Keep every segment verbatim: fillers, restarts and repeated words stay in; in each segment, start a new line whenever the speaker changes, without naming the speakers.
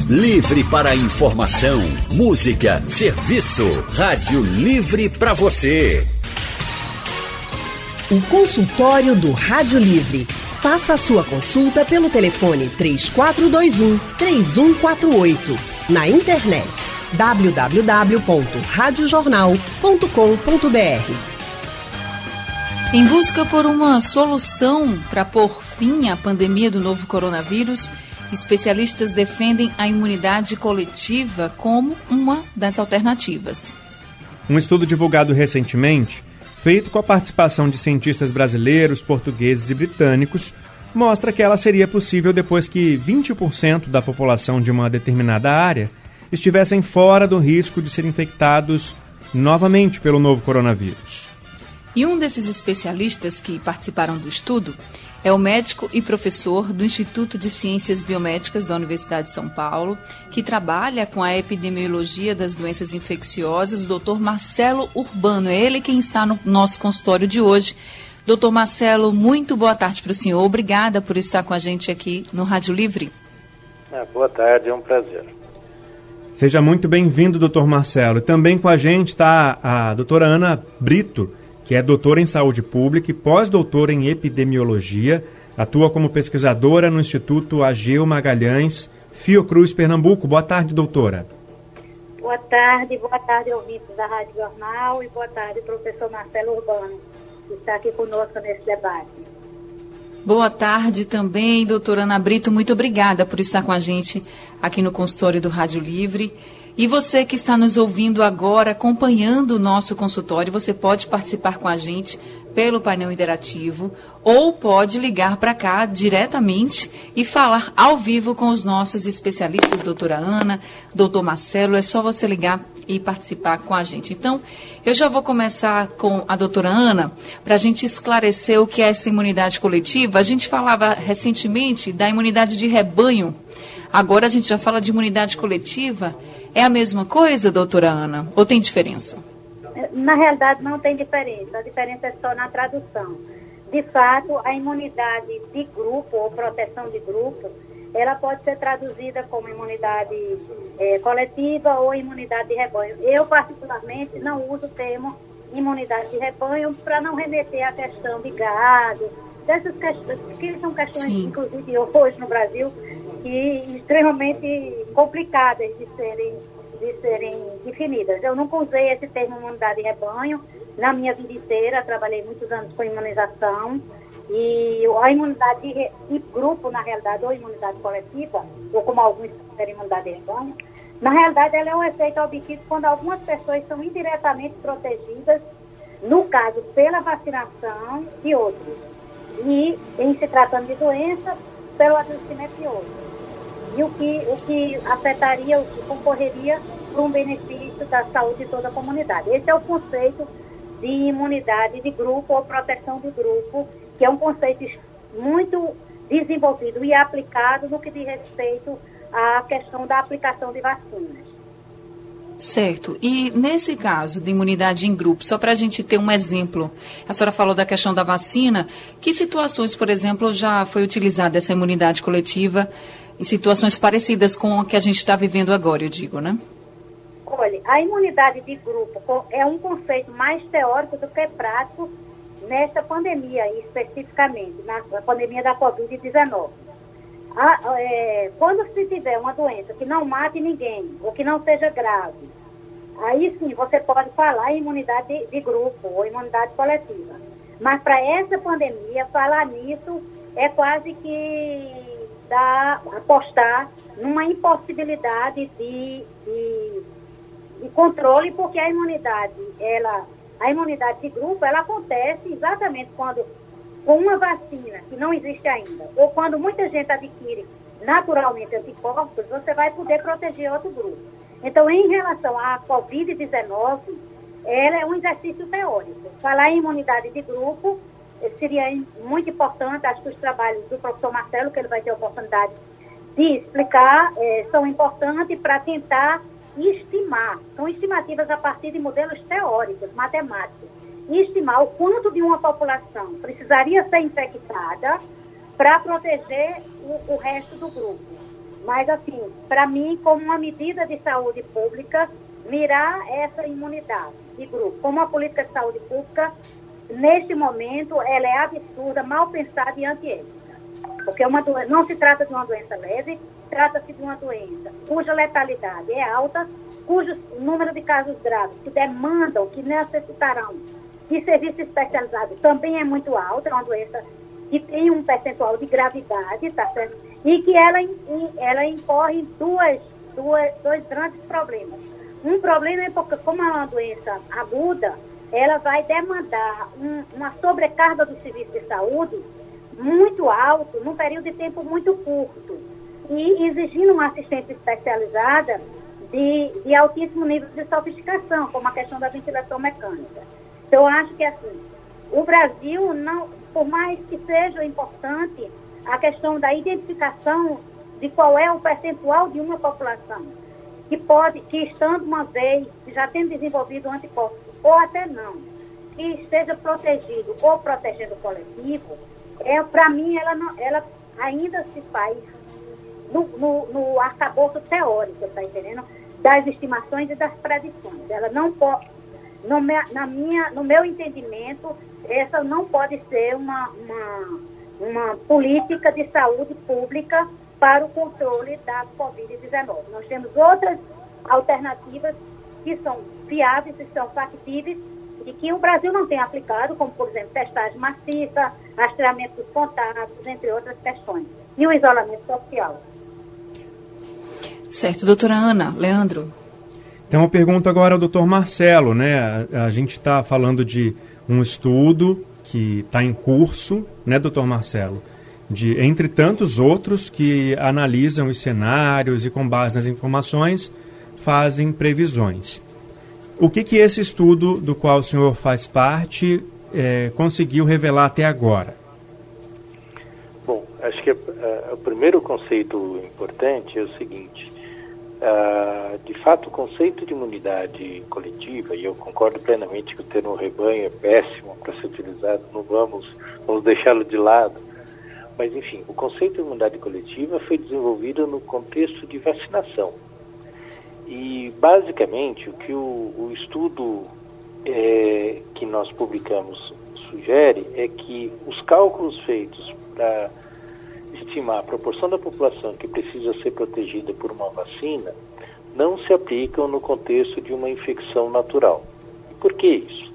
Livre para informação, música, serviço. Rádio Livre para você.
O consultório do Rádio Livre. Faça a sua consulta pelo telefone três quatro dois um, três um quatro oito. Na internet w w w ponto rádio jornal ponto com ponto b r.
Em busca por uma solução para pôr fim à pandemia do novo coronavírus, especialistas defendem a imunidade coletiva como uma das alternativas.
Um estudo divulgado recentemente, feito com a participação de cientistas brasileiros, portugueses e britânicos, mostra que ela seria possível depois que vinte por cento da população de uma determinada área estivessem fora do risco de serem infectados novamente pelo novo coronavírus.
E um desses especialistas que participaram do estudo é o médico e professor do Instituto de Ciências Biomédicas da Universidade de São Paulo, que trabalha com a epidemiologia das doenças infecciosas, o doutor Marcelo Urbano. É ele quem está no nosso consultório de hoje. doutor Marcelo, muito boa tarde para o senhor. Obrigada por estar com a gente aqui no Rádio Livre.
É, boa tarde, é um prazer.
Seja muito bem-vindo, doutor Marcelo. Também com a gente está a doutora Ana Brito, que é doutora em saúde pública e pós-doutora em epidemiologia, atua como pesquisadora no Instituto Ageu Magalhães, Fiocruz, Pernambuco. Boa tarde, doutora.
Boa tarde, boa tarde, ouvintes da Rádio Jornal, e boa tarde, professor Marcelo Urbano, que está aqui conosco nesse debate.
Boa tarde também, doutora Ana Brito. Muito obrigada por estar com a gente aqui no consultório do Rádio Livre. E você que está nos ouvindo agora, acompanhando o nosso consultório, você pode participar com a gente pelo painel interativo ou pode ligar para cá diretamente e falar ao vivo com os nossos especialistas, doutora Ana, doutor Marcelo. É só você ligar e participar com a gente. Então, eu já vou começar com a doutora Ana para a gente esclarecer o que é essa imunidade coletiva. A gente falava recentemente da imunidade de rebanho. Agora a gente já fala de imunidade coletiva. É a mesma coisa, doutora Ana? Ou tem diferença?
Na realidade, não tem diferença. A diferença é só na tradução. De fato, a imunidade de grupo ou proteção de grupo, ela pode ser traduzida como imunidade é, coletiva ou imunidade de rebanho. Eu, particularmente, não uso o termo imunidade de rebanho para não remeter à questão de gado, dessas questões, que são questões, Sim. inclusive hoje no Brasil, que extremamente complicadas de serem, de serem definidas. Eu nunca usei esse termo imunidade de rebanho na minha vida inteira, trabalhei muitos anos com imunização, e a imunidade de, de grupo, na realidade, ou imunidade coletiva, ou como alguns consideram imunidade de rebanho, na realidade ela é um efeito obtido quando algumas pessoas são indiretamente protegidas, no caso pela vacinação de outros, e em se tratando de doença, pelo adoecimento de outros. E o que, o que afetaria, o que concorreria para um benefício da saúde de toda a comunidade. Esse é o conceito de imunidade de grupo ou proteção de grupo, que é um conceito muito desenvolvido e aplicado no que diz respeito à questão da aplicação de vacinas.
Certo. E nesse caso de imunidade em grupo, só para a gente ter um exemplo, a senhora falou da questão da vacina, que situações, por exemplo, já foi utilizada essa imunidade coletiva em situações parecidas com a que a gente está vivendo agora, eu digo, né?
Olha, a imunidade de grupo é um conceito mais teórico do que prático nessa pandemia, especificamente, na pandemia da covid dezenove. A, é, quando se tiver uma doença que não mate ninguém, ou que não seja grave, aí sim você pode falar em imunidade de, de grupo ou imunidade coletiva. Mas para essa pandemia, falar nisso é quase que dá, apostar numa impossibilidade de, de, de controle, porque a imunidade, ela, a imunidade de grupo, ela acontece exatamente quando, com uma vacina que não existe ainda, ou quando muita gente adquire naturalmente anticorpos, você vai poder proteger outro grupo. Então, em relação à covid dezenove, ela é um exercício teórico. Falar em imunidade de grupo seria muito importante. Acho que os trabalhos do professor Marcelo, que ele vai ter a oportunidade de explicar, é, são importantes para tentar estimar. São estimativas a partir de modelos teóricos, matemáticos. E estimar o quanto de uma população precisaria ser infectada para proteger o, o resto do grupo. Mas, assim, para mim, como uma medida de saúde pública, mirar essa imunidade de grupo. Como uma política de saúde pública, neste momento, ela é absurda, mal pensada e antiética. Porque uma doença, não se trata de uma doença leve, trata-se de uma doença cuja letalidade é alta, cujo número de casos graves que demandam, que necessitarão de serviço especializado também é muito alto, é uma doença que tem um percentual de gravidade, tá certo? E que ela, ela incorre duas, duas, dois grandes problemas. Um problema é porque, como é uma doença aguda, ela vai demandar um, uma sobrecarga do serviço de saúde muito alto, num período de tempo muito curto, e exigindo uma assistência especializada de, de altíssimo nível de sofisticação, como a questão da ventilação mecânica. Então, eu acho que, assim, o Brasil, não, por mais que seja importante a questão da identificação de qual é o percentual de uma população que pode, que estando uma vez, já tendo desenvolvido anticorpos, ou até não, que esteja protegido ou protegendo o coletivo, é, para mim, ela, não, ela ainda se faz no, no, no arcabouço teórico, tá entendendo? Das estimações e das predições. Ela não pode, no, me, na minha, no meu entendimento, essa não pode ser uma, uma, uma política de saúde pública para o controle da covid dezenove. Nós temos outras alternativas que são viáveis e são factíveis e que o Brasil não tem aplicado, como, por exemplo, testagem maciça, rastreamento dos contatos, entre outras questões, e o isolamento social.
Certo. Doutora Ana, Leandro.
Então, eu pergunto agora ao doutor Marcelo, né? A, a gente está falando de um estudo que está em curso, né, doutor Marcelo? De, entre tantos outros que analisam os cenários e, com base nas informações, fazem previsões. O que que esse estudo, do qual o senhor faz parte, é, conseguiu revelar até agora?
Bom, acho que uh, o primeiro conceito importante é o seguinte. Uh, de fato, o conceito de imunidade coletiva, e eu concordo plenamente que o termo rebanho é péssimo para ser utilizado, não vamos, vamos deixá-lo de lado. Mas, enfim, o conceito de imunidade coletiva foi desenvolvido no contexto de vacinação. E, basicamente, o que o, o estudo é, que nós publicamos sugere é que os cálculos feitos para estimar a proporção da população que precisa ser protegida por uma vacina não se aplicam no contexto de uma infecção natural. E por que isso?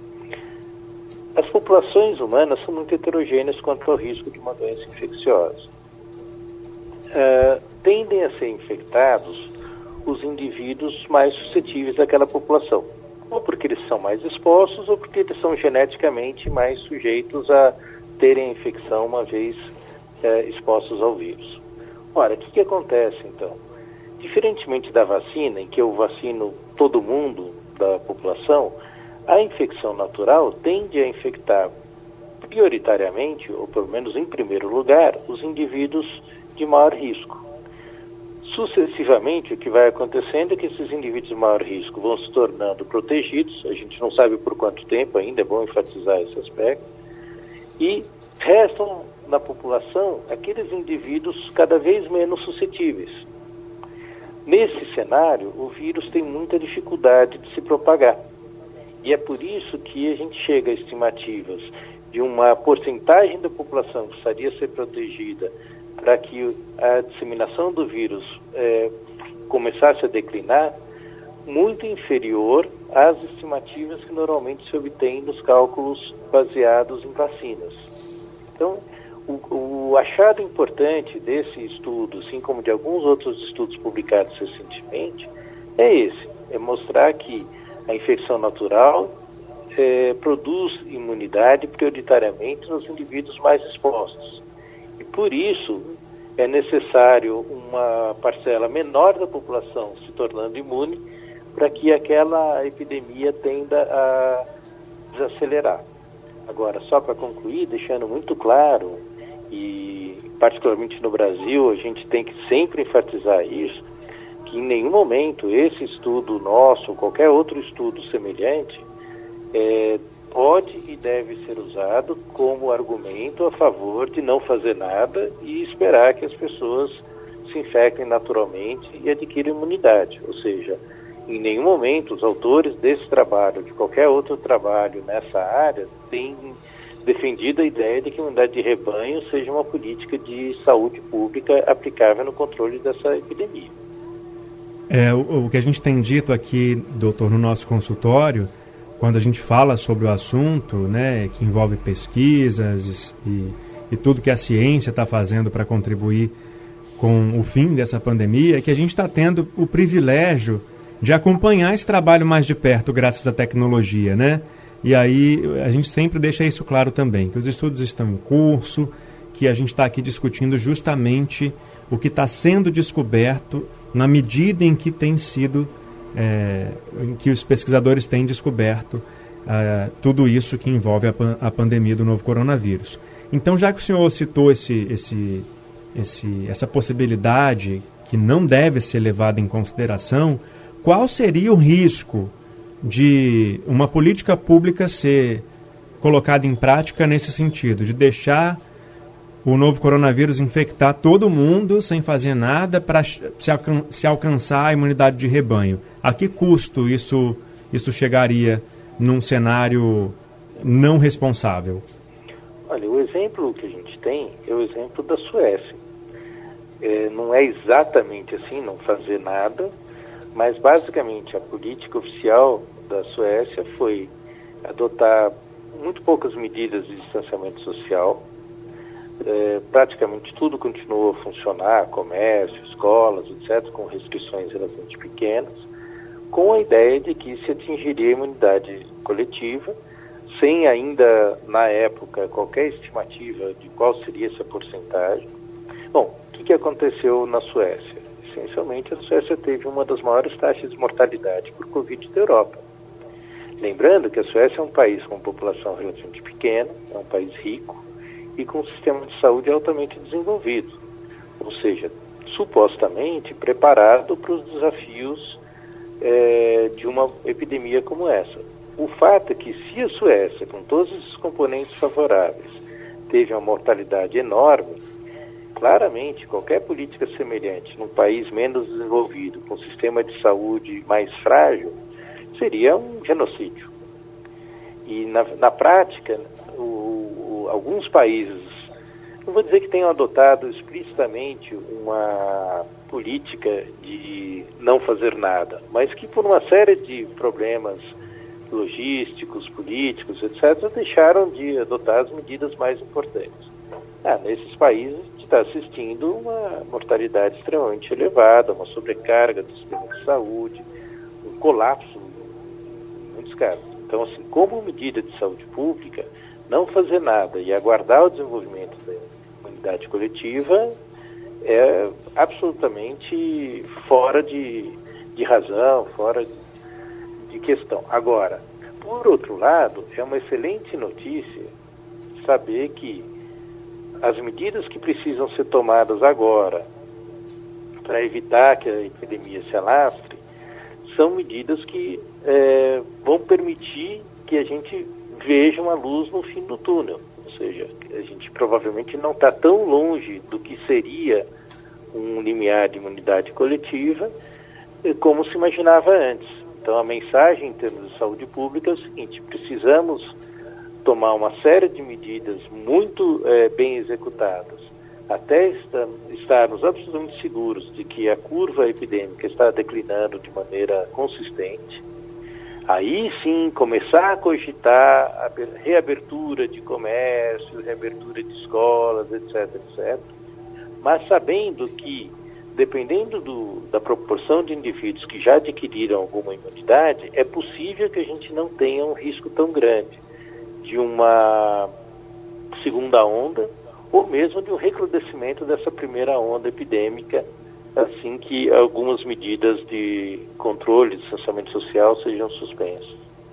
As populações humanas são muito heterogêneas quanto ao risco de uma doença infecciosa. Uh, tendem a ser infectados os indivíduos mais suscetíveis daquela população, ou porque eles são mais expostos, ou porque eles são geneticamente mais sujeitos a terem a infecção uma vez é, expostos ao vírus. Ora, o que, que acontece então? Diferentemente da vacina, em que eu vacino todo mundo da população, a infecção natural tende a infectar prioritariamente, ou pelo menos em primeiro lugar, os indivíduos de maior risco. Sucessivamente, o que vai acontecendo é que esses indivíduos de maior risco vão se tornando protegidos, a gente não sabe por quanto tempo ainda, é bom enfatizar esse aspecto, e restam na população aqueles indivíduos cada vez menos suscetíveis. Nesse cenário, o vírus tem muita dificuldade de se propagar, e é por isso que a gente chega a estimativas de uma porcentagem da população que precisaria ser protegida para que a disseminação do vírus é, começasse a declinar, muito inferior às estimativas que normalmente se obtém nos cálculos baseados em vacinas. Então, o, o achado importante desse estudo, assim como de alguns outros estudos publicados recentemente, é esse, é mostrar que a infecção natural é, produz imunidade prioritariamente nos indivíduos mais expostos. E por isso é necessário uma parcela menor da população se tornando imune para que aquela epidemia tenda a desacelerar. Agora, só para concluir, deixando muito claro, e particularmente no Brasil, a gente tem que sempre enfatizar isso, que em nenhum momento esse estudo nosso, ou qualquer outro estudo semelhante, é, pode e deve ser usado como argumento a favor de não fazer nada e esperar que as pessoas se infectem naturalmente e adquirem imunidade. Ou seja, em nenhum momento os autores desse trabalho, de qualquer outro trabalho nessa área, têm defendido a ideia de que a imunidade de rebanho seja uma política de saúde pública aplicável no controle dessa epidemia.
É, o, o que a gente tem dito aqui, doutor, no nosso consultório, quando a gente fala sobre o assunto, né, que envolve pesquisas e, e tudo que a ciência está fazendo para contribuir com o fim dessa pandemia, é que a gente está tendo o privilégio de acompanhar esse trabalho mais de perto graças à tecnologia, né? E aí a gente sempre deixa isso claro também, que os estudos estão em curso, que a gente está aqui discutindo justamente o que está sendo descoberto na medida em que tem sido, é, em que os pesquisadores têm descoberto é, tudo isso que envolve a, a pandemia do novo coronavírus. Então, já que o senhor citou esse, esse, esse, essa possibilidade que não deve ser levada em consideração, qual seria o risco de uma política pública ser colocada em prática nesse sentido, de deixar o novo coronavírus infectar todo mundo sem fazer nada para se, alcan- se alcançar a imunidade de rebanho? A que custo isso, isso chegaria num cenário não responsável?
Olha, o exemplo que a gente tem é o exemplo da Suécia. É, não é exatamente assim, não fazer nada, mas basicamente a política oficial da Suécia foi adotar muito poucas medidas de distanciamento social. É, praticamente tudo continuou a funcionar, comércio, escolas, etcétera, com restrições relativamente pequenas, com a ideia de que se atingiria a imunidade coletiva, sem ainda, na época, qualquer estimativa de qual seria essa porcentagem. Bom, o que, que aconteceu na Suécia? Essencialmente, a Suécia teve uma das maiores taxas de mortalidade por Covid da Europa. Lembrando que a Suécia é um país com população relativamente pequena, é um país rico e com um sistema de saúde altamente desenvolvido, ou seja, supostamente preparado para os desafios é, de uma epidemia como essa. O fato é que se a Suécia, com todos esses componentes favoráveis, teve uma mortalidade enorme, claramente, qualquer política semelhante num país menos desenvolvido, com um sistema de saúde mais frágil, seria um genocídio. E, na, na prática, o, o, alguns países, não vou dizer que tenham adotado explicitamente uma política de não fazer nada, mas que, por uma série de problemas logísticos, políticos, etcétera, deixaram de adotar as medidas mais importantes. Ah, nesses países está assistindo uma mortalidade extremamente elevada, uma sobrecarga do sistema de saúde, um colapso em muitos casos. Então, assim, como medida de saúde pública, não fazer nada e aguardar o desenvolvimento da imunidade coletiva é absolutamente fora de, de razão, fora de, de questão. Agora, por outro lado, é uma excelente notícia saber que as medidas que precisam ser tomadas agora para evitar que a epidemia se alastre são medidas que é, vão permitir que a gente veja uma luz no fim do túnel. Ou seja, a gente provavelmente não está tão longe do que seria um limiar de imunidade coletiva como se imaginava antes. Então, a mensagem em termos de saúde pública é o seguinte: precisamos tomar uma série de medidas muito é, bem executadas até esta, estarmos absolutamente seguros de que a curva epidêmica está declinando de maneira consistente. Aí sim começar a cogitar a reabertura de comércio, reabertura de escolas, etc, etcétera. Mas sabendo que, dependendo do, da proporção de indivíduos que já adquiriram alguma imunidade, é possível que a gente não tenha um risco tão grande de uma segunda onda ou mesmo de um recrudescimento dessa primeira onda epidêmica, assim que algumas medidas de controle, de distanciamento social sejam suspensas.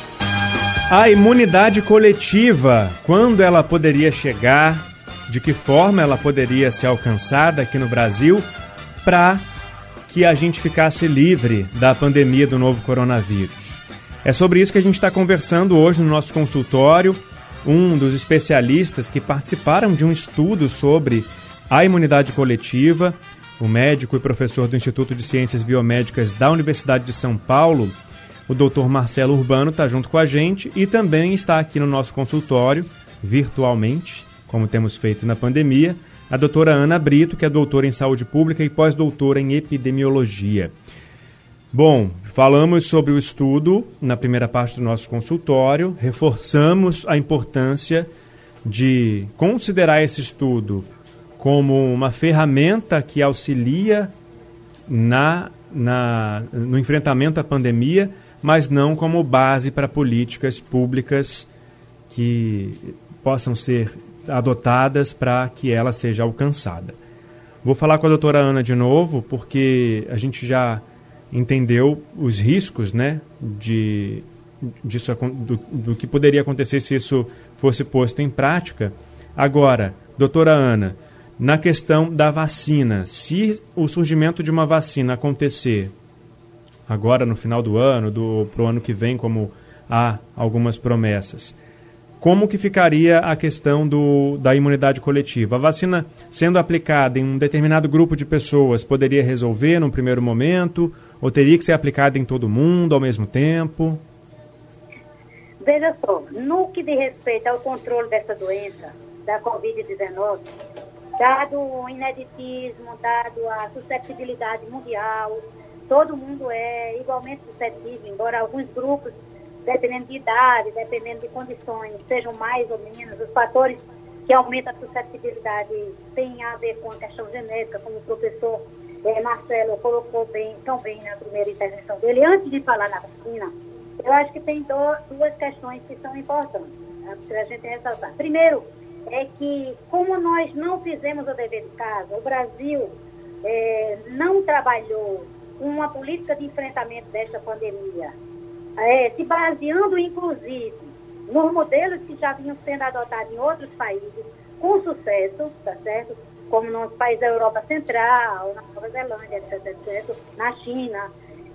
A imunidade coletiva, quando ela poderia chegar, de que forma ela poderia ser alcançada aqui no Brasil para que a gente ficasse livre da pandemia do novo coronavírus? É sobre isso que a gente está conversando hoje no nosso consultório. Um dos especialistas que participaram de um estudo sobre a imunidade coletiva o médico e professor do Instituto de Ciências Biomédicas da Universidade de São Paulo, o doutor Marcelo Urbano, está junto com a gente e também está aqui no nosso consultório, virtualmente, como temos feito na pandemia, a doutora Ana Brito, que é doutora em saúde pública e pós-doutora em epidemiologia. Bom, falamos sobre o estudo na primeira parte do nosso consultório, reforçamos a importância de considerar esse estudo como uma ferramenta que auxilia na, na, no enfrentamento à pandemia, mas não como base para políticas públicas que possam ser adotadas para que ela seja alcançada. Vou falar com a doutora Ana de novo, porque a gente já entendeu os riscos, né, de, disso, do, do que poderia acontecer se isso fosse posto em prática. Agora, doutora Ana, na questão da vacina, se o surgimento de uma vacina acontecer agora no final do ano, do, para o ano que vem, como há algumas promessas, como que ficaria a questão do, da imunidade coletiva? A vacina sendo aplicada em um determinado grupo de pessoas poderia resolver num primeiro momento ou teria que ser aplicada em todo mundo ao mesmo tempo?
Veja só, no que diz respeito ao controle dessa doença, da covid dezenove, dado o ineditismo, dado a suscetibilidade mundial, todo mundo é igualmente suscetível, embora alguns grupos, dependendo de idade, dependendo de condições, sejam mais ou menos, os fatores que aumentam a suscetibilidade têm a ver com a questão genética, como o professor eh, Marcelo colocou bem, tão bem na primeira intervenção dele. Antes de falar na vacina, eu acho que tem do, duas questões que são importantes, né, para a gente ressaltar. Primeiro, é que como nós não fizemos o dever de casa, o Brasil eh, não trabalhou uma política de enfrentamento desta pandemia, é, se baseando, inclusive, nos modelos que já vinham sendo adotados em outros países, com sucesso, tá certo? Como nos países da Europa Central, na Nova Zelândia, etc, etcétera, na China.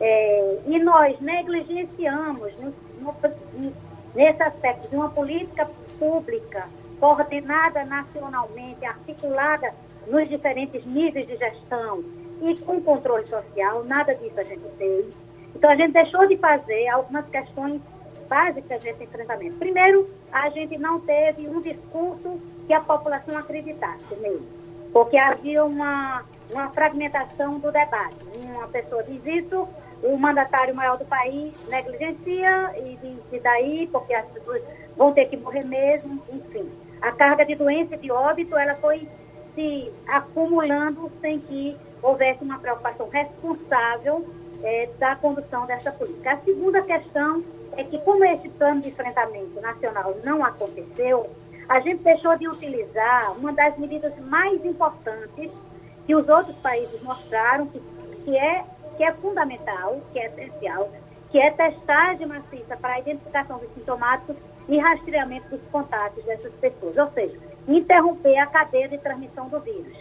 É, e nós negligenciamos, no, no, nesse aspecto, de uma política pública coordenada nacionalmente, articulada nos diferentes níveis de gestão, e com controle social, nada disso a gente fez. Então, a gente deixou de fazer algumas questões básicas desse enfrentamento. Primeiro, a gente não teve um discurso que a população acreditasse mesmo, porque havia uma, uma fragmentação do debate. Uma pessoa diz isso, o mandatário maior do país negligencia e diz e daí, porque as pessoas vão ter que morrer mesmo, enfim. A carga de doença e de óbito, ela foi se acumulando sem que houvesse uma preocupação responsável é, da condução dessa política. A segunda questão é que, como esse plano de enfrentamento nacional não aconteceu, a gente deixou de utilizar uma das medidas mais importantes que os outros países mostraram, que, que, é, que é fundamental, que é essencial, que é testagem maciça para a identificação dos sintomáticos e rastreamento dos contatos dessas pessoas, ou seja, interromper a cadeia de transmissão do vírus.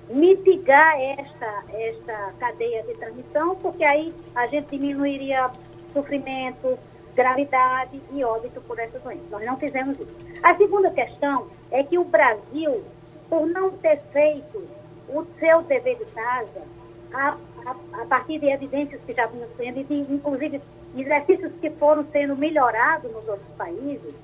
Mitigar esta, esta cadeia de transmissão, porque aí a gente diminuiria sofrimento, gravidade e óbito por essa doença. Nós não fizemos isso. A segunda questão é que o Brasil, por não ter feito o seu dever de casa, a, a, a partir de evidências que já vinham sendo, e de, inclusive exercícios que foram sendo melhorados nos outros países,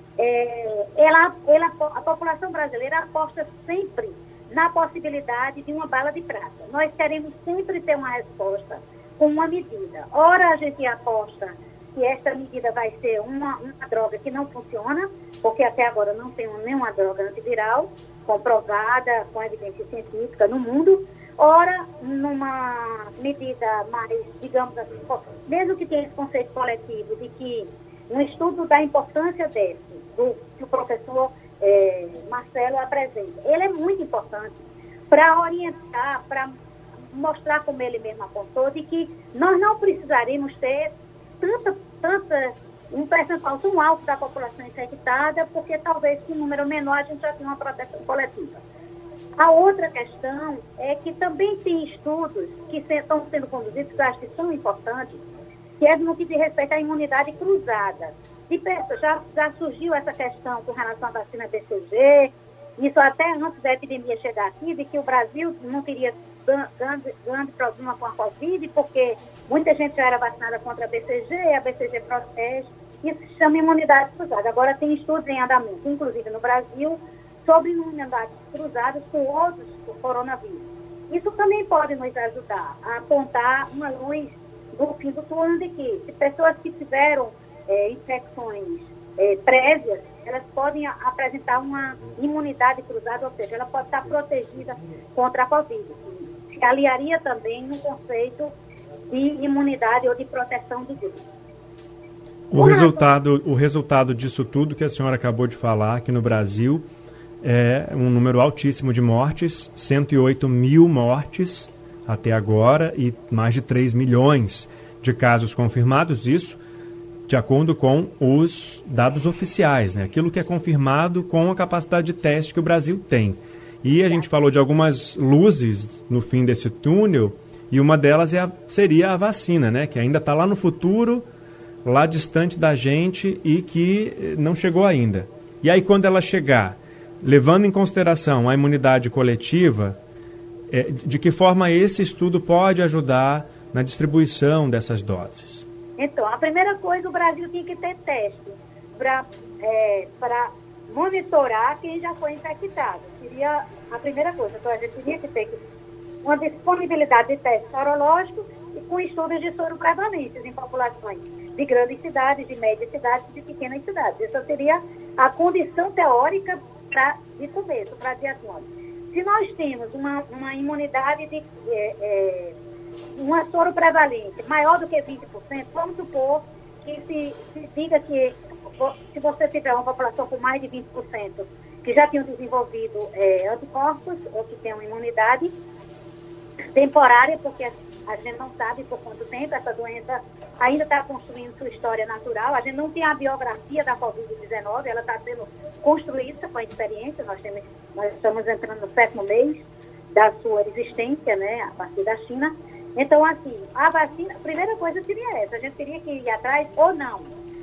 é, ela, ela, a população brasileira aposta sempre na possibilidade de uma bala de prata. Nós queremos sempre ter uma resposta com uma medida. Ora, a gente aposta que esta medida vai ser uma, uma droga que não funciona, porque até agora não tem nenhuma droga antiviral comprovada com evidência científica no mundo. Ora, numa medida mais, digamos assim, mesmo que tenha esse conceito coletivo de que um estudo da importância desse, do, que o professor É, Marcelo apresenta. Ele é muito importante para orientar, para mostrar, como ele mesmo apontou, de que nós não precisaríamos ter tanta, tanta, um percentual tão alto da população infectada, porque talvez com um número menor a gente já tenha uma proteção coletiva. A outra questão é que também tem estudos que estão sendo conduzidos, que eu acho que são importantes, que é no que diz respeito à imunidade cruzada. De pessoas, já, já surgiu essa questão com relação à vacina B C G, isso até antes da epidemia chegar aqui, de que o Brasil não teria grande, grande problema com a Covid, porque muita gente já era vacinada contra a B C G, a B C G protege, isso se chama imunidade cruzada. Agora tem estudos em andamento, inclusive no Brasil, sobre imunidades cruzadas com outros coronavírus. Isso também pode nos ajudar a apontar uma luz no fim do túnel de que se pessoas que tiveram é, infecções é, prévias, elas podem apresentar uma imunidade cruzada, ou seja, ela pode estar protegida contra a Covid. Se aliaria também no conceito de imunidade ou de proteção do grupo.
O resultado, o resultado disso tudo que a senhora acabou de falar aqui no Brasil é um número altíssimo de mortes, cento e oito mil mortes até agora e mais de três milhões de casos confirmados, isso de acordo com os dados oficiais, né? Aquilo que é confirmado com a capacidade de teste que o Brasil tem. E a gente falou de algumas luzes no fim desse túnel, e uma delas é a, seria a vacina, né? Que ainda está lá no futuro, lá distante da gente e que não chegou ainda. E aí quando ela chegar, levando em consideração a imunidade coletiva, é, de que forma esse estudo pode ajudar na distribuição dessas doses?
Então, a primeira coisa, o Brasil tinha que ter teste para é, para monitorar quem já foi infectado. Seria a primeira coisa. Então, a gente teria que ter uma disponibilidade de testes sorológicos e com estudos de soroprevalências em populações de grandes cidades, de médias cidades e de pequenas cidades. Essa seria a condição teórica pra, de começo, para diagnóstico. Se nós temos uma, uma imunidade de... É, é, uma soroprevalência maior do que vinte por cento, vamos supor que se, se diga que se você tiver uma população com mais de vinte por cento que já tenham desenvolvido é, anticorpos ou que tenham imunidade temporária, porque a, a gente não sabe por quanto tempo essa doença ainda está construindo sua história natural, a gente não tem a biografia da covid dezenove, ela está sendo construída com a experiência, nós, temos, nós estamos entrando no sétimo mês da sua existência, né, a partir da China. Então, assim, a vacina, a primeira coisa seria essa, a gente teria que ir atrás ou não.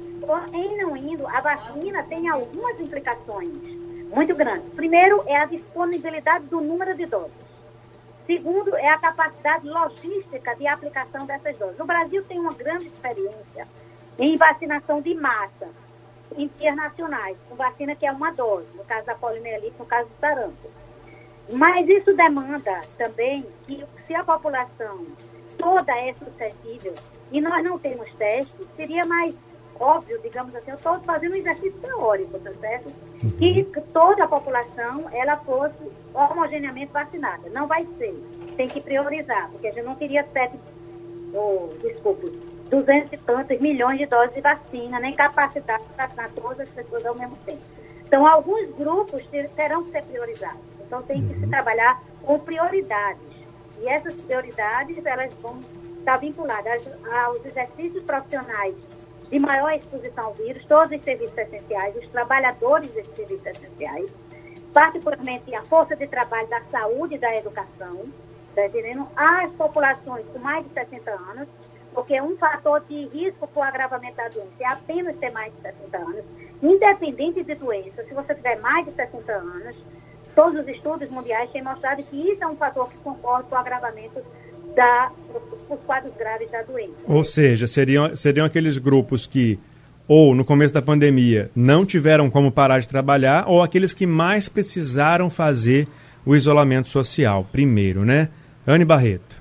Em não indo, a vacina tem algumas implicações muito grandes. Primeiro, é a disponibilidade do número de doses. Segundo, é a capacidade logística de aplicação dessas doses. O Brasil tem uma grande experiência em vacinação de massa, em vias nacionais, com vacina que é uma dose, no caso da poliomielite, no caso do sarampo. Mas isso demanda também que, se a população toda é suscetível e nós não temos testes, seria mais óbvio, digamos assim, eu estou fazendo um exercício teórico, tá certo? Que toda a população ela fosse homogeneamente vacinada. Não vai ser. Tem que priorizar, porque a gente não teria sete, oh, desculpa, duzentos e tantos milhões de doses de vacina, nem capacidade de vacinar todas as pessoas ao mesmo tempo. Então, alguns grupos terão que ser priorizados. Então, tem que se trabalhar com prioridades. E essas prioridades, elas vão estar vinculadas aos exercícios profissionais de maior exposição ao vírus, todos os serviços essenciais, os trabalhadores desses serviços essenciais, particularmente a força de trabalho da saúde e da educação, tá entendendo? As populações com mais de sessenta anos, porque um fator de risco para o agravamento da doença é apenas ter mais de sessenta anos, independente de doença, se você tiver mais de sessenta anos, todos os estudos mundiais têm mostrado que isso é um fator que concorre com o agravamento da, dos quadros graves da doença.
Ou seja, seriam, seriam aqueles grupos que, ou no começo da pandemia, não tiveram como parar de trabalhar, ou aqueles que mais precisaram fazer o isolamento social primeiro, né? Anne Barreto.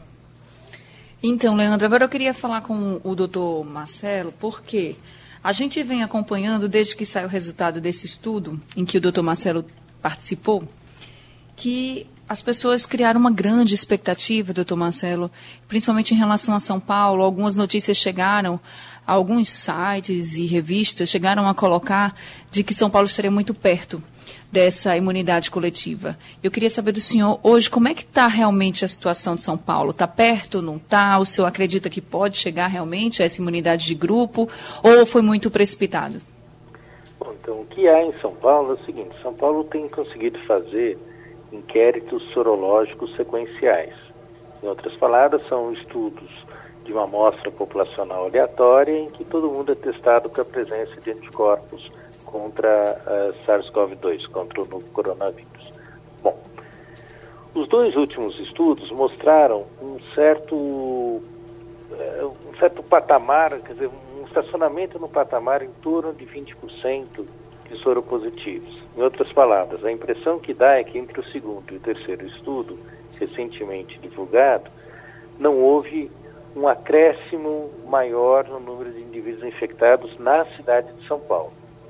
Então, Leandro, agora eu queria falar com o doutor Marcelo, porque a gente vem acompanhando, desde que saiu o resultado desse estudo, em que o doutor Marcelo participou, que as pessoas criaram uma grande expectativa, doutor Marcelo, principalmente em relação a São Paulo. Algumas notícias chegaram, alguns sites e revistas chegaram a colocar de que São Paulo estaria muito perto dessa imunidade coletiva. Eu queria saber do senhor, hoje, como é que está realmente a situação de São Paulo? Está perto, não está? O senhor acredita que pode chegar realmente a essa imunidade de grupo ou foi muito precipitado?
Bom, então, o que há em São Paulo é o seguinte, São Paulo tem conseguido fazer inquéritos sorológicos sequenciais. Em outras palavras, são estudos de uma amostra populacional aleatória em que todo mundo é testado com a presença de anticorpos contra uh, SARS-CoV dois, contra o novo coronavírus. Bom, Os dois últimos estudos mostraram um certo, um certo patamar, quer dizer, um estacionamento no patamar em torno de vinte por cento de soropositivos. Em outras palavras, a impressão que dá é que entre o segundo e o terceiro estudo, recentemente divulgado, não houve um acréscimo maior no número de indivíduos infectados na cidade de São Paulo.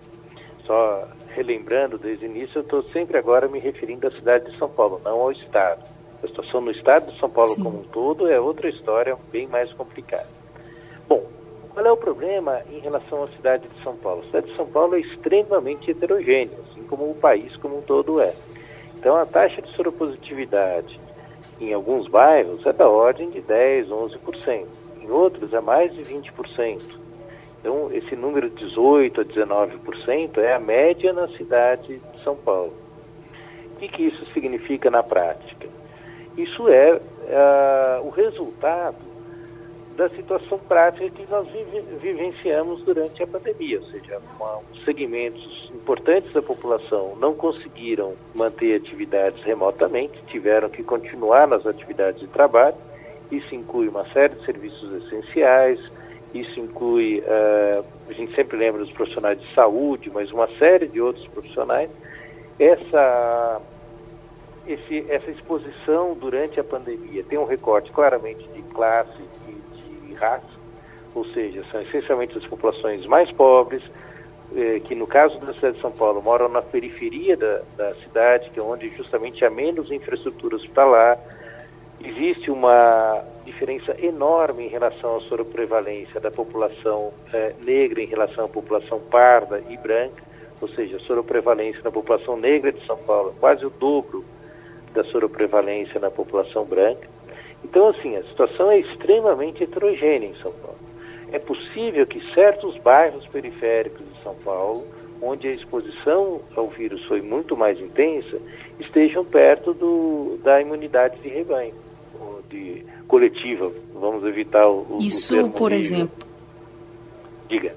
Só relembrando desde o início, eu estou sempre agora me referindo à cidade de São Paulo, não ao estado. A situação no estado de São Paulo Sim. como um todo é outra história bem mais complicada. Bom, qual é o problema em relação à cidade de São Paulo? A cidade de São Paulo é extremamente heterogênea, assim como o país como um todo é. Então a taxa de soropositividade em alguns bairros é da ordem de dez, onze por cento. Em outros é mais de vinte por cento. Então, esse número dezoito a dezenove por cento é a média na cidade de São Paulo. O que, que isso significa na prática? Isso é uh, o resultado da situação prática que nós vive, vivenciamos durante a pandemia, ou seja, uma, segmentos importantes da população não conseguiram manter atividades remotamente, tiveram que continuar nas atividades de trabalho. Isso inclui uma série de serviços essenciais, isso inclui, uh, a gente sempre lembra dos profissionais de saúde, mas uma série de outros profissionais. Essa, esse, essa exposição durante a pandemia tem um recorte claramente de classe e de raça, ou seja, são essencialmente as populações mais pobres, eh, que no caso da cidade de São Paulo moram na periferia da, da cidade, que é onde justamente há menos infraestrutura hospitalar. Existe uma diferença enorme em relação à soroprevalência da população eh, negra em relação à população parda e branca, ou seja, a soroprevalência na população negra de São Paulo é quase o dobro da soroprevalência na população branca. Então, assim, a situação é extremamente heterogênea em São Paulo. É possível que certos bairros periféricos de São Paulo, onde a exposição ao vírus foi muito mais intensa, estejam perto do, da imunidade de rebanho, ou de coletiva. Vamos evitar o, o
Isso,
termo
por
nível.
exemplo.
Diga.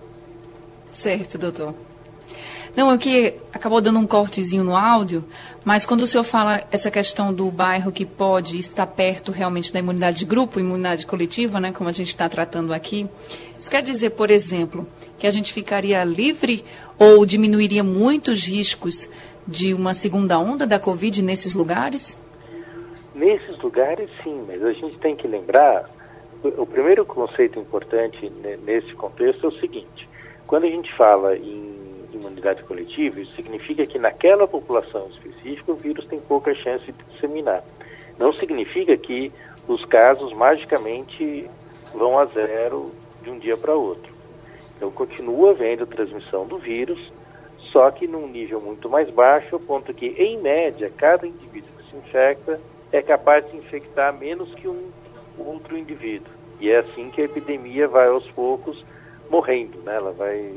Certo, doutor. Não, é que acabou dando um cortezinho no áudio, mas quando o senhor fala essa questão do bairro que pode estar perto realmente da imunidade de grupo, imunidade coletiva, né, como a gente está tratando aqui, isso quer dizer, por exemplo, que a gente ficaria livre ou diminuiria muito os riscos de uma segunda onda da Covid nesses lugares?
Nesses lugares, sim, mas a gente tem que lembrar, o primeiro conceito importante nesse contexto é o seguinte: quando a gente fala em imunidade coletiva, isso significa que naquela população específica o vírus tem pouca chance de disseminar. Não significa que os casos magicamente vão a zero de um dia para outro. Então continua havendo transmissão do vírus, só que num nível muito mais baixo, ao ponto que, em média, cada indivíduo que se infecta é capaz de infectar menos que um outro indivíduo. E é assim que a epidemia vai aos poucos morrendo, né? Ela vai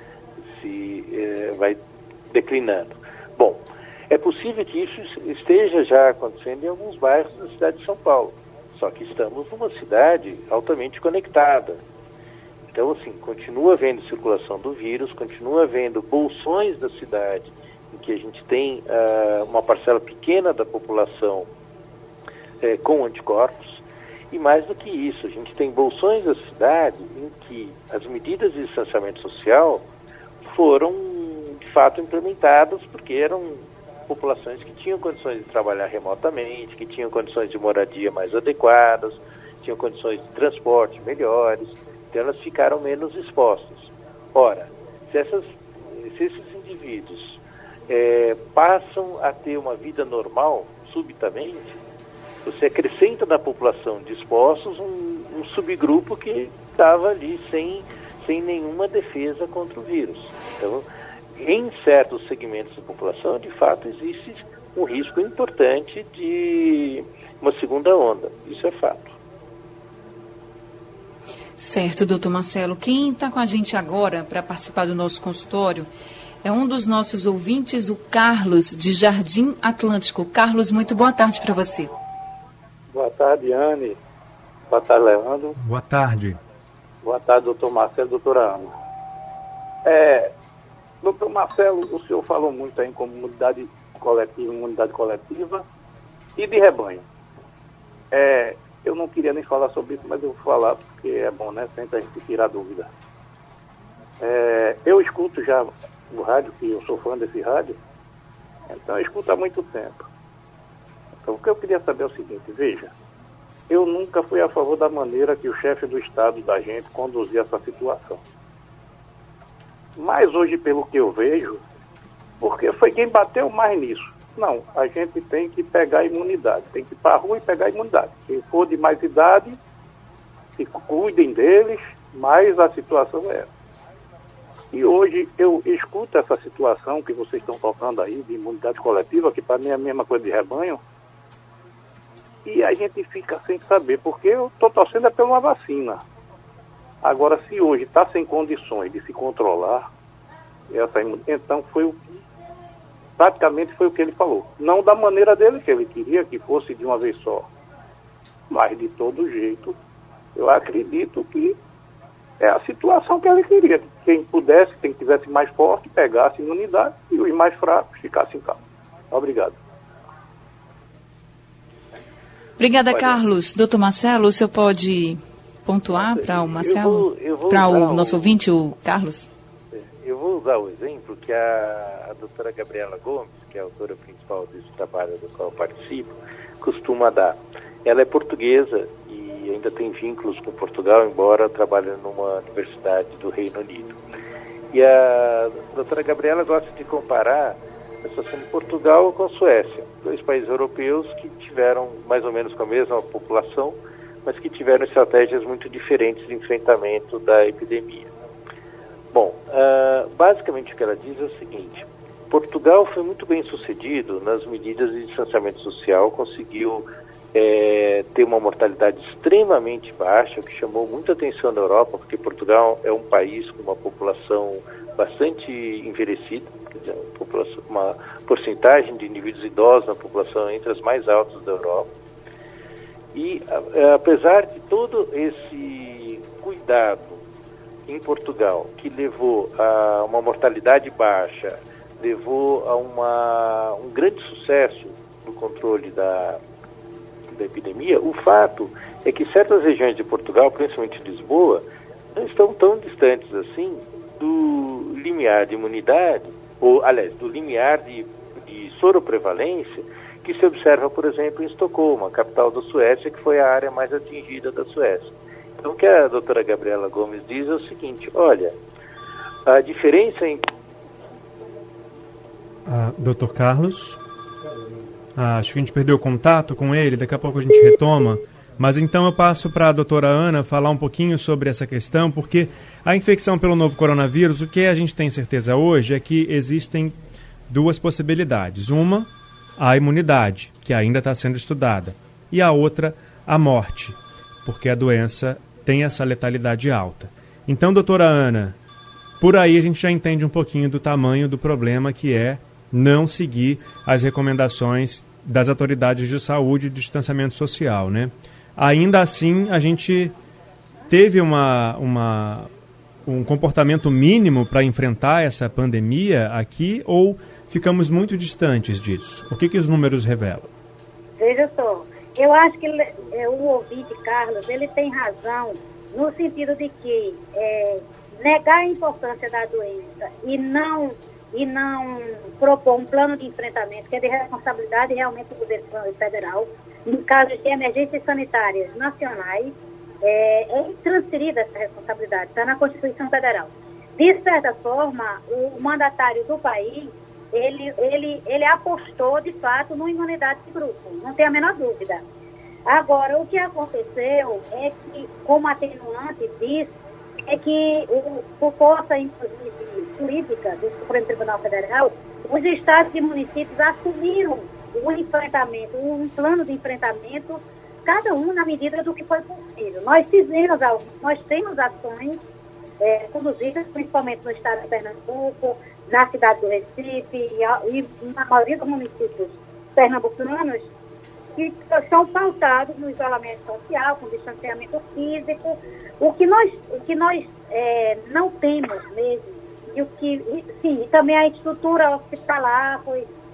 se eh, vai declinando. Bom, é possível que isso esteja já acontecendo em alguns bairros da cidade de São Paulo, só que estamos numa cidade altamente conectada. Então, assim, continua havendo circulação do vírus, continua havendo bolsões da cidade em que a gente tem uh, uma parcela pequena da população eh, com anticorpos, e mais do que isso, a gente tem bolsões da cidade em que as medidas de distanciamento social foram, de fato, implementadas porque eram populações que tinham condições de trabalhar remotamente, que tinham condições de moradia mais adequadas, tinham condições de transporte melhores, então elas ficaram menos expostas. Ora, se, essas, se esses indivíduos é, passam a ter uma vida normal, subitamente, você acrescenta na população de expostos um, um subgrupo que estava ali sem... sem nenhuma defesa contra o vírus. Então, em certos segmentos da população, de fato, existe um risco importante de uma segunda onda. Isso é fato.
Certo, doutor Marcelo. Quem está com a gente agora para participar do nosso consultório é um dos nossos ouvintes, o Carlos, de Jardim Atlântico. Carlos, muito boa tarde para você.
Boa tarde, Anne. Boa tarde, Leandro.
Boa tarde.
Boa tarde, doutor Marcelo, doutora Ana. É, doutor Marcelo, o senhor falou muito aí em comunidade coletiva, imunidade coletiva, E de rebanho? É, eu não queria nem falar sobre isso, mas eu vou falar porque é bom, né? Sempre a gente tirar dúvida. É, eu escuto já o rádio, que eu sou fã desse rádio, então eu escuto há muito tempo. Então o que eu queria saber é o seguinte, veja, eu nunca fui a favor da maneira que o chefe do Estado da gente conduzia essa situação. Mas hoje, pelo que eu vejo, porque foi quem bateu mais nisso. Não, a gente tem que pegar a imunidade, tem que ir para a rua e pegar a imunidade. Quem for de mais idade, que cuidem deles, mas a situação é essa. E hoje eu escuto essa situação que vocês estão tocando aí, de imunidade coletiva, que para mim é a mesma coisa de rebanho, e a gente fica sem saber, porque eu estou torcendo é por uma vacina. Agora, se hoje está sem condições de se controlar, essa imunidade, então foi o que, praticamente foi o que ele falou. Não da maneira dele, que ele queria que fosse de uma vez só, mas de todo jeito, eu acredito que é a situação que ele queria. Quem pudesse, quem tivesse mais forte, pegasse imunidade e os mais fracos ficassem em casa. Obrigado.
Obrigada, Pode. Carlos. Doutor Marcelo, o senhor pode pontuar para o Marcelo? Para o um... nosso ouvinte, o Carlos?
Eu vou usar o exemplo que a, a doutora Gabriela Gomes, que é a autora principal desse trabalho do qual eu participo, costuma dar. Ela é portuguesa e ainda tem vínculos com Portugal, embora trabalhe numa universidade do Reino Unido. E a doutora Gabriela gosta de comparar a situação de Portugal com a Suécia, dois países europeus que tiveram mais ou menos com a mesma população, mas que tiveram estratégias muito diferentes de enfrentamento da epidemia. Bom, uh, basicamente o que ela diz é o seguinte: Portugal foi muito bem sucedido nas medidas de distanciamento social, conseguiu é, ter uma mortalidade extremamente baixa, o que chamou muita atenção na Europa, porque Portugal é um país com uma população bastante envelhecida, quer dizer, uma, população, uma porcentagem de indivíduos idosos na população entre as mais altas da Europa. E a, apesar de todo esse cuidado em Portugal, que levou a uma mortalidade baixa, levou a uma, um grande sucesso no controle da, da epidemia, o fato é que certas regiões de Portugal, principalmente Lisboa, não estão tão distantes assim do limiar de imunidade, ou, aliás, do limiar de, de soroprevalência, que se observa, por exemplo, em Estocolmo, a capital da Suécia, que foi a área mais atingida da Suécia. Então, o que a doutora Gabriela Gomes diz é o seguinte: olha, a diferença em...
Ah, doutor Carlos? Ah, acho que a gente perdeu o contato com ele, daqui a pouco a gente retoma. Mas então eu passo para a doutora Ana falar um pouquinho sobre essa questão, porque a infecção pelo novo coronavírus, o que a gente tem certeza hoje é que existem duas possibilidades. Uma, a imunidade, que ainda está sendo estudada, e a outra, a morte, porque a doença tem essa letalidade alta. Então, doutora Ana, por aí a gente já entende um pouquinho do tamanho do problema, que é não seguir as recomendações das autoridades de saúde e de distanciamento social, né? Ainda assim, a gente teve uma, uma, um comportamento mínimo para enfrentar essa pandemia aqui, ou ficamos muito distantes disso? O que, que os números revelam?
Veja só, eu acho que é, o ouvinte, Carlos, ele tem razão no sentido de que é, negar a importância da doença e não, e não propor um plano de enfrentamento, que é de responsabilidade realmente do governo federal, em casos de emergências sanitárias nacionais, é, é transferida essa responsabilidade, está na Constituição Federal. De certa forma, o mandatário do país, ele, ele, ele apostou, de fato, numa imunidade de grupo, não tem a menor dúvida. Agora, o que aconteceu é que, como atenuante disso, é que, o, por força, inclusive, política do Supremo Tribunal Federal, os estados e municípios assumiram o enfrentamento, um plano de enfrentamento, cada um na medida do que foi possível. Nós fizemos, nós temos ações é, conduzidas principalmente no estado de Pernambuco, na cidade do Recife e, e na maioria dos municípios pernambucanos, que são pautados no isolamento social, com distanciamento físico. O que nós, o que nós é, não temos mesmo, e o que, sim, também a estrutura hospitalar foi,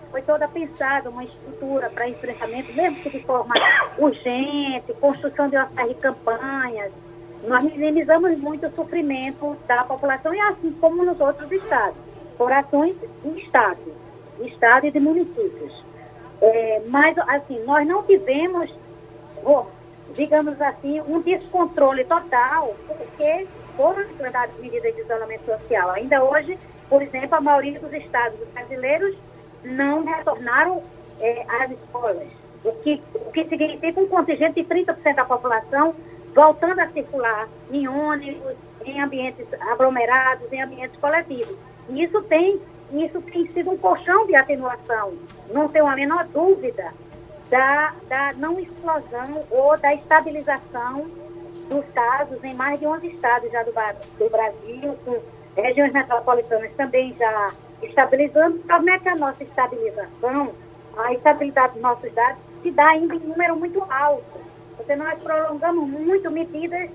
foi toda pensada uma estrutura para enfrentamento, mesmo que de forma urgente, construção de uma série de campanhas. Nós minimizamos muito o sofrimento da população, e assim como nos outros estados, por ações de estado, de estado e de municípios. É, mas, assim, nós não tivemos, oh, digamos assim, um descontrole total, porque foram implantadas medidas de isolamento social. Ainda hoje, por exemplo, a maioria dos estados brasileiros não retornaram é, às escolas, o que, o que significa um contingente de trinta por cento da população voltando a circular em ônibus, em ambientes aglomerados, em ambientes coletivos. E isso tem, isso tem sido um colchão de atenuação, não tenho a menor dúvida da, da não explosão ou da estabilização dos casos em mais de onze estados já do, do Brasil, com regiões metropolitanas também já estabilizando. Como é que a nossa estabilização, a estabilidade dos nossos dados, se dá ainda em número muito alto? Porque nós prolongamos muito medidas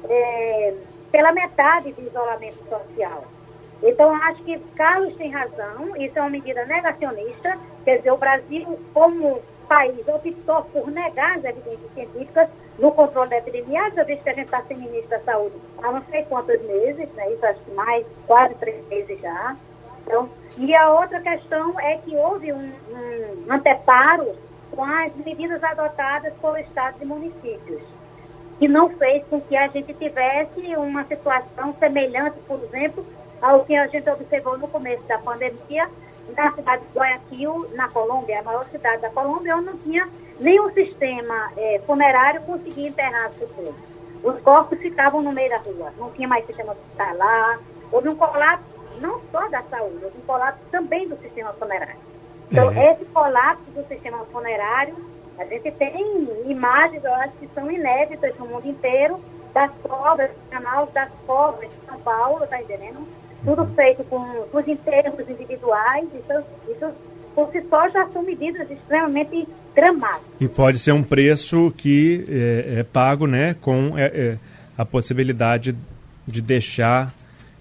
é, pela metade de isolamento social. Então, acho que Carlos tem razão, isso é uma medida negacionista, quer dizer, o Brasil, como país, optou por negar as evidências científicas no controle da epidemia. Eu vejo que a gente está sem ministro da Saúde há não sei quantos meses, né? Isso acho que mais, quase três meses já. Então, e a outra questão é que houve um, um anteparo com as medidas adotadas por estados e municípios, que não fez com que a gente tivesse uma situação semelhante, por exemplo, ao que a gente observou no começo da pandemia na cidade de Guayaquil, na Colômbia, a maior cidade da Colômbia, onde não tinha nenhum sistema é, funerário conseguia enterrar as pessoas. Os corpos ficavam no meio da rua, não tinha mais sistema hospitalar, houve um colapso não só da saúde, houve um colapso também do sistema funerário. Então, é. esse colapso do sistema funerário, a gente tem imagens, eu acho que são inéditas no mundo inteiro, das covas, canais das covas de São Paulo, tá entendendo? Tudo feito com os enterros individuais, então, isso por si só já são medidas extremamente dramáticas.
E pode ser um preço que é, é pago, né, com é, é, a possibilidade de deixar,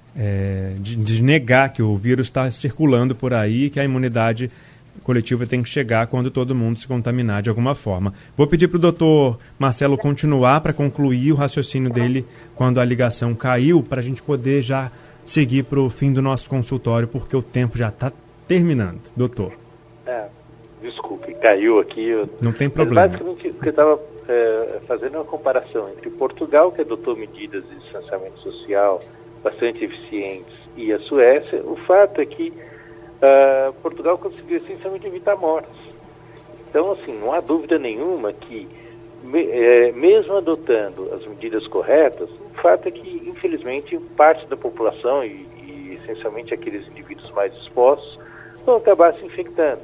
é, de, de negar que o vírus está circulando por aí, que a imunidade coletiva tem que chegar quando todo mundo se contaminar de alguma forma. Vou pedir para o doutor Marcelo continuar para concluir o raciocínio dele quando a ligação caiu, para a gente poder já seguir para o fim do nosso consultório, porque o tempo já está terminando. Doutor.
É, desculpe, caiu aqui. Eu...
Não tem problema.
Mas basicamente, o que eu estava é, fazendo uma comparação entre Portugal, que adotou medidas de distanciamento social bastante eficientes, e a Suécia. O fato é que Uh, Portugal conseguiu essencialmente evitar mortes. Então, assim, não há dúvida nenhuma que, me, é, mesmo adotando as medidas corretas, o fato é que, infelizmente, parte da população, e, e essencialmente aqueles indivíduos mais expostos, vão acabar se infectando.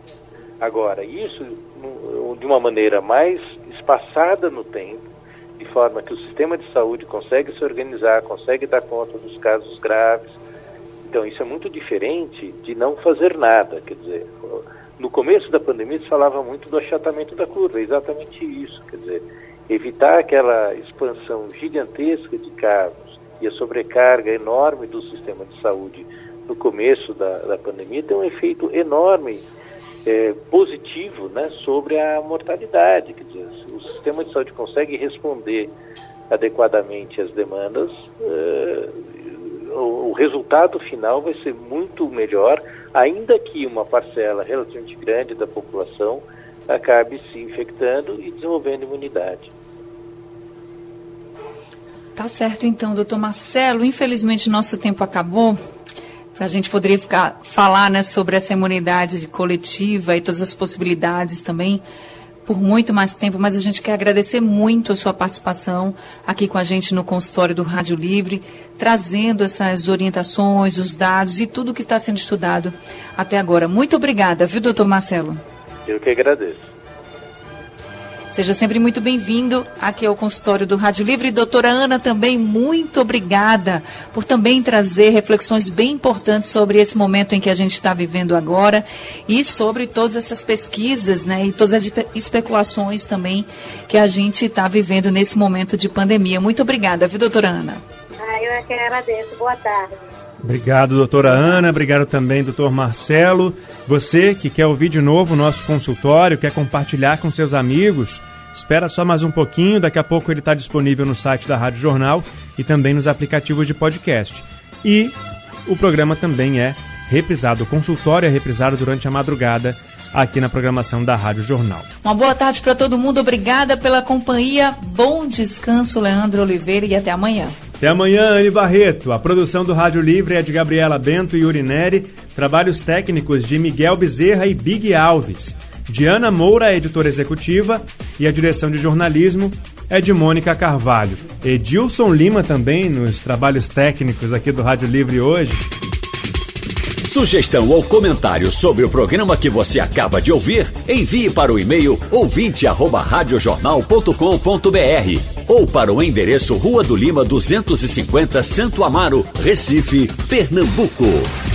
Agora, isso no, de uma maneira mais espaçada no tempo, de forma que o sistema de saúde consegue se organizar, consegue dar conta dos casos graves. Então, isso é muito diferente de não fazer nada. Quer dizer, no começo da pandemia se falava muito do achatamento da curva, é exatamente isso. Quer dizer, evitar aquela expansão gigantesca de casos e a sobrecarga enorme do sistema de saúde no começo da, da pandemia tem um efeito enorme, é, positivo, né, sobre a mortalidade. Quer dizer, o sistema de saúde consegue responder adequadamente às demandas, é, o resultado final vai ser muito melhor, ainda que uma parcela relativamente grande da população acabe se infectando e desenvolvendo imunidade.
Tá certo então, doutor Marcelo. Infelizmente nosso tempo acabou. A gente poderia ficar, falar, né, sobre essa imunidade coletiva e todas as possibilidades também por muito mais tempo, mas a gente quer agradecer muito a sua participação aqui com a gente no consultório do Rádio Livre, trazendo essas orientações, os dados e tudo que está sendo estudado até agora. Muito obrigada, viu, doutor Marcelo?
Eu que agradeço.
Seja sempre muito bem-vindo aqui ao consultório do Rádio Livre. Doutora Ana, também muito obrigada por também trazer reflexões bem importantes sobre esse momento em que a gente está vivendo agora e sobre todas essas pesquisas, né, e todas as espe- especulações também que a gente está vivendo nesse momento de pandemia. Muito obrigada, viu, doutora Ana?
Ah, eu é que agradeço. Boa tarde.
Obrigado, doutora Ana. Obrigado também, doutor Marcelo. Você que quer ouvir de novo o nosso consultório, quer compartilhar com seus amigos, espera só mais um pouquinho. Daqui a pouco ele está disponível no site da Rádio Jornal e também nos aplicativos de podcast. E o programa também é reprisado. O consultório é reprisado durante a madrugada aqui na programação da Rádio Jornal.
Uma boa tarde para todo mundo. Obrigada pela companhia. Bom descanso, Leandro Oliveira, e até amanhã.
Até amanhã, Anne Barreto. A produção do Rádio Livre é de Gabriela Bento e Urineri. Trabalhos técnicos de Miguel Bezerra e Big Alves. Diana Moura, editora executiva, e a direção de jornalismo é de Mônica Carvalho. Edilson Lima também nos trabalhos técnicos aqui do Rádio Livre hoje.
Sugestão ou comentário sobre o programa que você acaba de ouvir, envie para o e-mail ouvinte arroba radiojornal ponto com ponto br ou para o endereço Rua do Lima duzentos e cinquenta, Santo Amaro, Recife, Pernambuco.